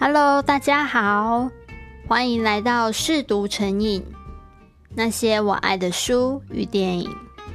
Hello， 大家好，欢迎来到试读成瘾，那些我爱的书与电影。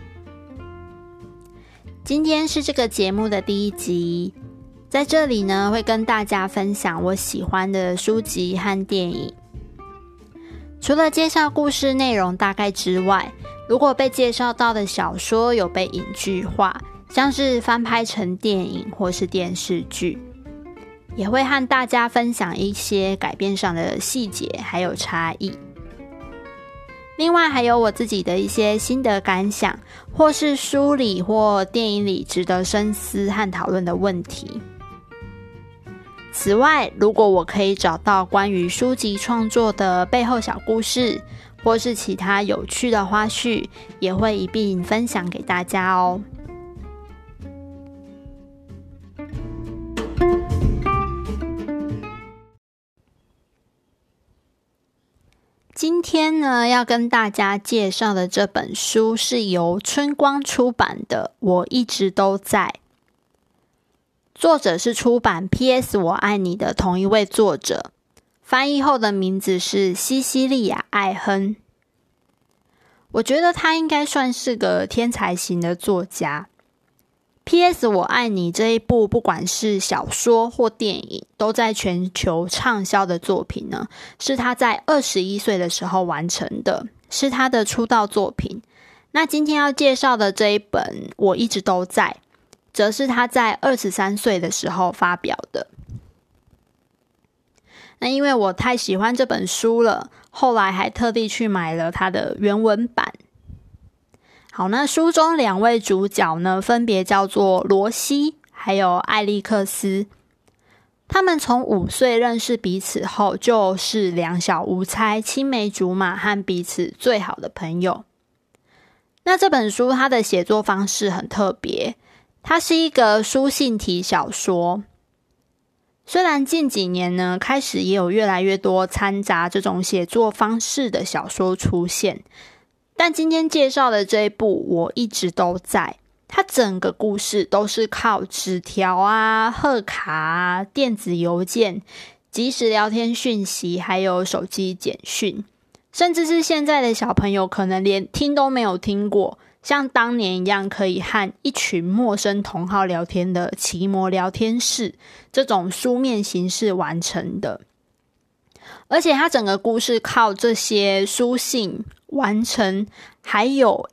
今天是这个节目的第一集，在这里呢，会跟大家分享我喜欢的书籍和电影。除了介绍故事内容大概之外，如果被介绍到的小说有被影剧化，像是翻拍成电影或是电视剧，也会和大家分享一些改编上的细节还有差异。另外还有我自己的一些心得感想，或是书里或电影里值得深思和讨论的问题。此外，如果我可以找到关于书籍创作的背后小故事，或是其他有趣的花絮，也会一并分享给大家哦。今天呢，要跟大家介绍的这本书是由春光出版的《我一直都在》，作者是出版 PS 我爱你的同一位作者，翻译后的名字是西西利亚·艾亨。我觉得他应该算是个天才型的作家。PS 我爱你这一部不管是小说或电影都在全球畅销的作品呢，是他在21岁的时候完成的，是他的出道作品。那今天要介绍的这一本我一直都在，则是他在23岁的时候发表的。那因为我太喜欢这本书了，后来还特地去买了他的原文版。好，那书中两位主角呢，分别叫做罗西还有艾利克斯。他们从5岁认识彼此后，就是两小无猜、青梅竹马和彼此最好的朋友。那这本书它的写作方式很特别，它是一个书信体小说。虽然近几年呢，开始也有越来越多掺杂这种写作方式的小说出现，但今天介绍的这一部我一直都在，它整个故事都是靠纸条啊、贺卡啊、电子邮件、即时聊天讯息，还有手机简讯，甚至是现在的小朋友可能连听都没有听过，像当年一样可以和一群陌生同好聊天的奇摩聊天室，这种书面形式完成的。而且它整个故事靠这些书信完成，还有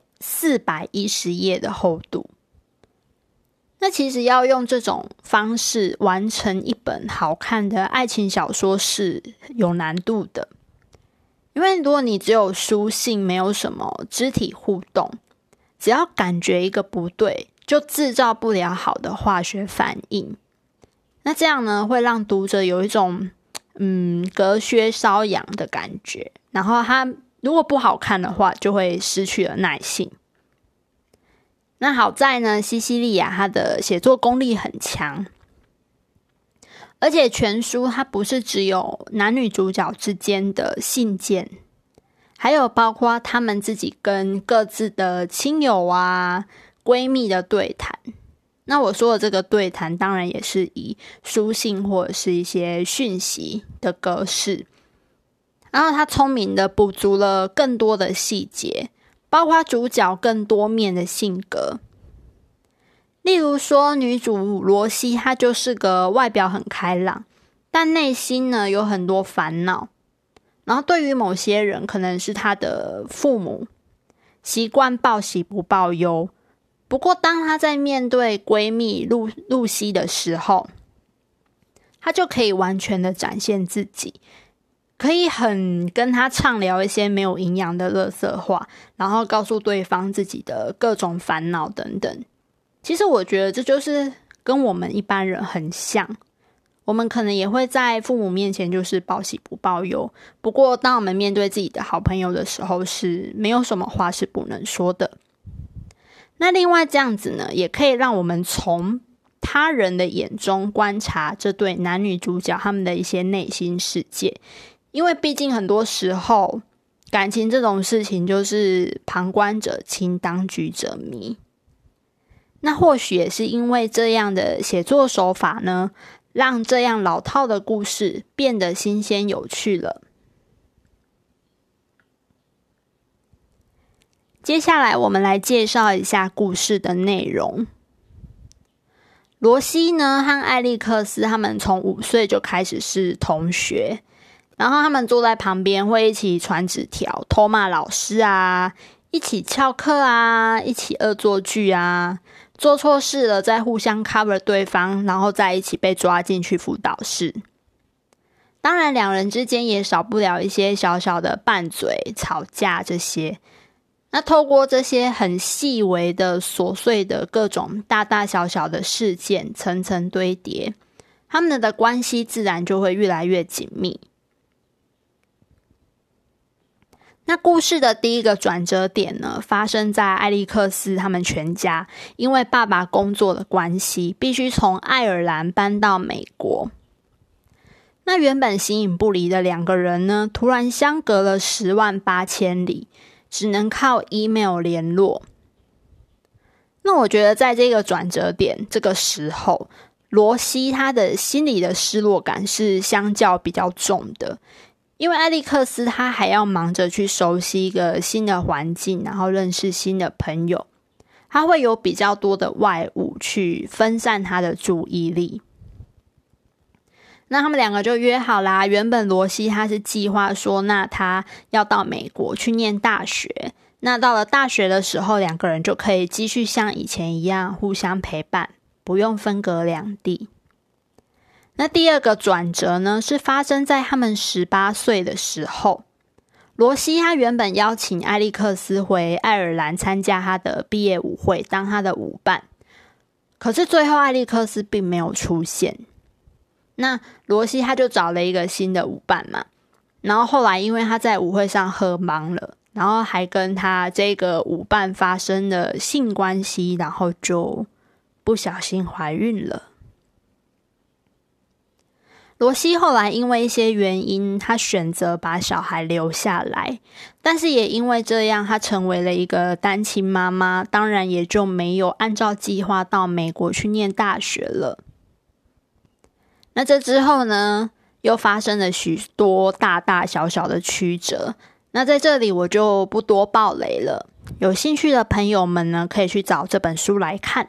410页的厚度。那其实要用这种方式完成一本好看的爱情小说是有难度的，因为如果你只有书信，没有什么肢体互动，只要感觉一个不对，就制造不了好的化学反应。那这样呢，会让读者有一种隔靴搔痒的感觉，然后他如果不好看的话，就会失去了耐性。那好在呢，西西利亚她的写作功力很强，而且全书它不是只有男女主角之间的信件，还有包括他们自己跟各自的亲友啊、闺蜜的对谈。那我说的这个对谈当然也是以书信或者是一些讯息的格式，然后他聪明的补足了更多的细节，包括主角更多面的性格。例如说女主罗西，她就是个外表很开朗，但内心呢有很多烦恼，然后对于某些人可能是她的父母，习惯报喜不报忧。不过当她在面对闺蜜露西的时候，她就可以完全的展现自己，可以很跟她畅聊一些没有营养的垃圾话，然后告诉对方自己的各种烦恼等等。其实我觉得这就是跟我们一般人很像，我们可能也会在父母面前就是报喜不报忧，不过当我们面对自己的好朋友的时候，是没有什么话是不能说的。那另外这样子呢，也可以让我们从他人的眼中观察这对男女主角他们的一些内心世界，因为毕竟很多时候感情这种事情就是旁观者清，当局者迷。那或许也是因为这样的写作手法呢， 让这样老套的故事变得新鲜有趣了。接下来我们来介绍一下故事的内容。罗西呢和艾利克斯他们从5岁就开始是同学，然后他们坐在旁边会一起传纸条、偷骂老师啊，一起翘课啊，一起恶作剧啊，做错事了再互相 cover 对方，然后再一起被抓进去辅导室。当然两人之间也少不了一些小小的拌嘴、吵架这些。那透过这些很细微的琐碎的各种大大小小的事件层层堆叠，他们的关系自然就会越来越紧密。那故事的第一个转折点呢，发生在艾利克斯他们全家因为爸爸工作的关系，必须从爱尔兰搬到美国。那原本形影不离的2个人呢，突然相隔了108000里，只能靠 email 联络。那我觉得在这个转折点这个时候，罗西他的心里的失落感是相较比较重的，因为艾利克斯他还要忙着去熟悉一个新的环境，然后认识新的朋友，他会有比较多的外物去分散他的注意力。那他们2个就约好啦，原本罗西他是计划说，那他要到美国去念大学，那到了大学的时候2个人就可以继续像以前一样互相陪伴，不用分隔两地。那第二个转折呢，是发生在他们18岁的时候。罗西他原本邀请艾利克斯回爱尔兰参加他的毕业舞会，当他的舞伴，可是最后艾利克斯并没有出现。那罗西他就找了一个新的舞伴嘛，然后后来因为他在舞会上喝茫了，然后还跟他这个舞伴发生了性关系，然后就不小心怀孕了。罗西后来因为一些原因，他选择把小孩留下来，但是也因为这样，他成为了一个单亲妈妈，当然也就没有按照计划到美国去念大学了。那这之后呢，又发生了许多大大小小的曲折，那在这里我就不多爆雷了，有兴趣的朋友们呢，可以去找这本书来看。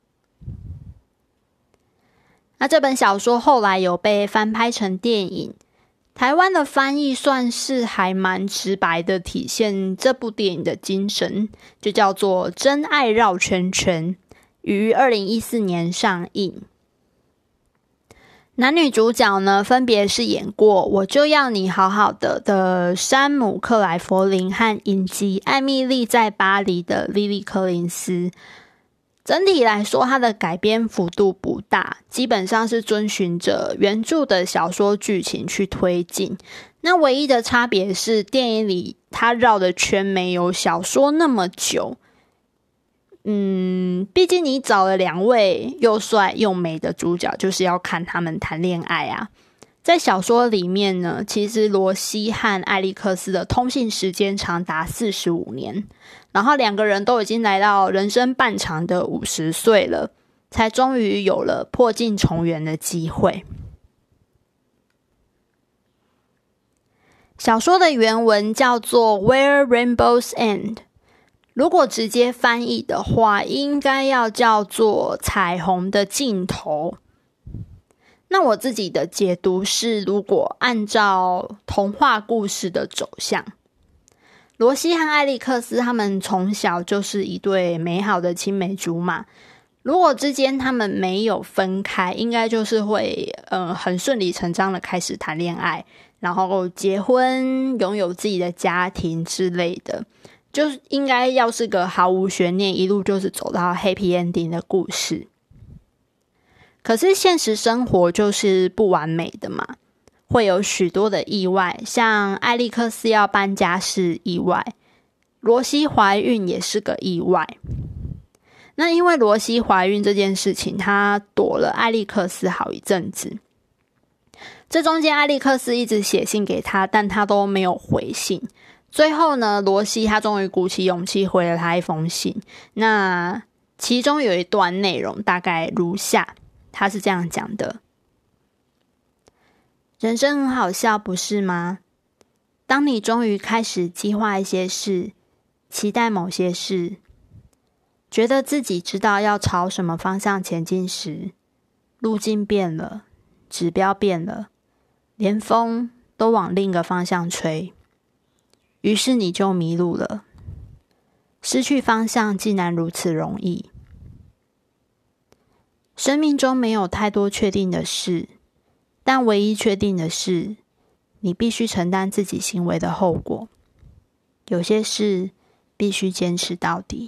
那这本小说后来有被翻拍成电影，台湾的翻译算是还蛮直白的体现这部电影的精神，就叫做《真爱绕圈圈》，于2014年上映。男女主角呢，分别是演过《我就要你好好的》的山姆·克莱佛林和影集《艾蜜莉在巴黎》的莉莉·柯林斯。整体来说，它的改编幅度不大，基本上是遵循着原著的小说剧情去推进。那唯一的差别是，电影里它绕的圈没有小说那么久。毕竟你找了2位又帅又美的主角，就是要看他们谈恋爱啊。在小说里面呢，其实罗西和艾利克斯的通信时间长达45年，然后2个人都已经来到人生半长的50岁了，才终于有了破镜重圆的机会。小说的原文叫做 Where Rainbows End，如果直接翻译的话，应该要叫做彩虹的尽头。那我自己的解读是，如果按照童话故事的走向，罗西和艾利克斯他们从小就是一对美好的青梅竹马，如果之间他们没有分开，应该就是会很顺理成章的开始谈恋爱，然后结婚，拥有自己的家庭之类的，就应该要是个毫无悬念，一路就是走到 happy ending 的故事。可是现实生活就是不完美的嘛，会有许多的意外，像艾利克斯要搬家是意外，罗西怀孕也是个意外。那因为罗西怀孕这件事情，她躲了艾利克斯好一阵子，这中间艾利克斯一直写信给他，但他都没有回信。最后呢，罗西他终于鼓起勇气回了他一封信，那其中有一段内容大概如下，他是这样讲的： 人生很好笑，不是吗？当你终于开始计划一些事，期待某些事，觉得自己知道要朝什么方向前进时，路径变了，指标变了，连风都往另一个方向吹，于是你就迷路了。失去方向竟然如此容易。生命中没有太多确定的事，但唯一确定的是，你必须承担自己行为的后果。有些事必须坚持到底。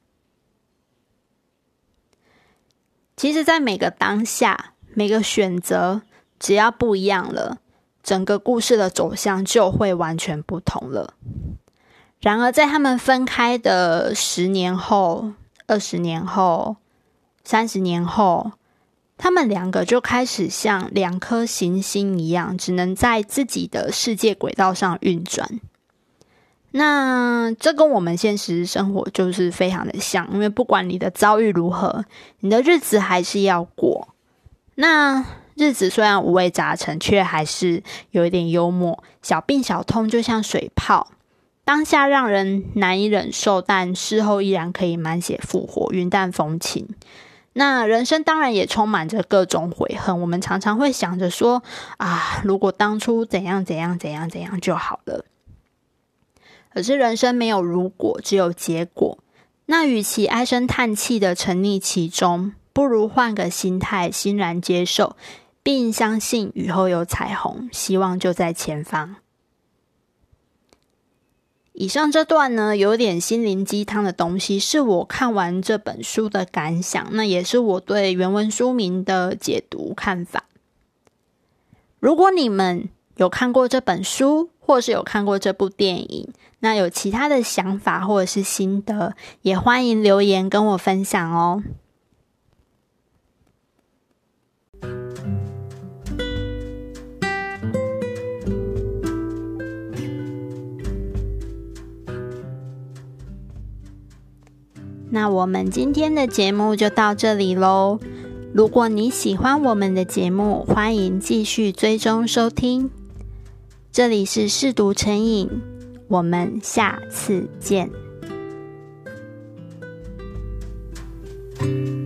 其实在每个当下，每个选择，只要不一样了，整个故事的走向就会完全不同了。然而在他们分开的10年后、20年后、30年后，他们两个就开始像2颗行星一样，只能在自己的世界轨道上运转。那这跟我们现实生活就是非常的像，因为不管你的遭遇如何，你的日子还是要过。那日子虽然五味杂陈，却还是有一点幽默，小病小痛就像水泡，当下让人难以忍受，但事后依然可以满血复活，云淡风轻。那人生当然也充满着各种悔恨，我们常常会想着说如果当初怎样怎样怎样怎样就好了。可是人生没有如果，只有结果。那与其唉声叹气的沉溺其中，不如换个心态，欣然接受，并相信雨后有彩虹，希望就在前方。以上这段呢，有点心灵鸡汤的东西，是我看完这本书的感想，那也是我对原文书名的解读看法。如果你们有看过这本书，或是有看过这部电影，那有其他的想法或者是心得，也欢迎留言跟我分享哦。那我们今天的节目就到这里咯。如果你喜欢我们的节目，欢迎继续追踪收听。这里是嗜读成瘾，我们下次见。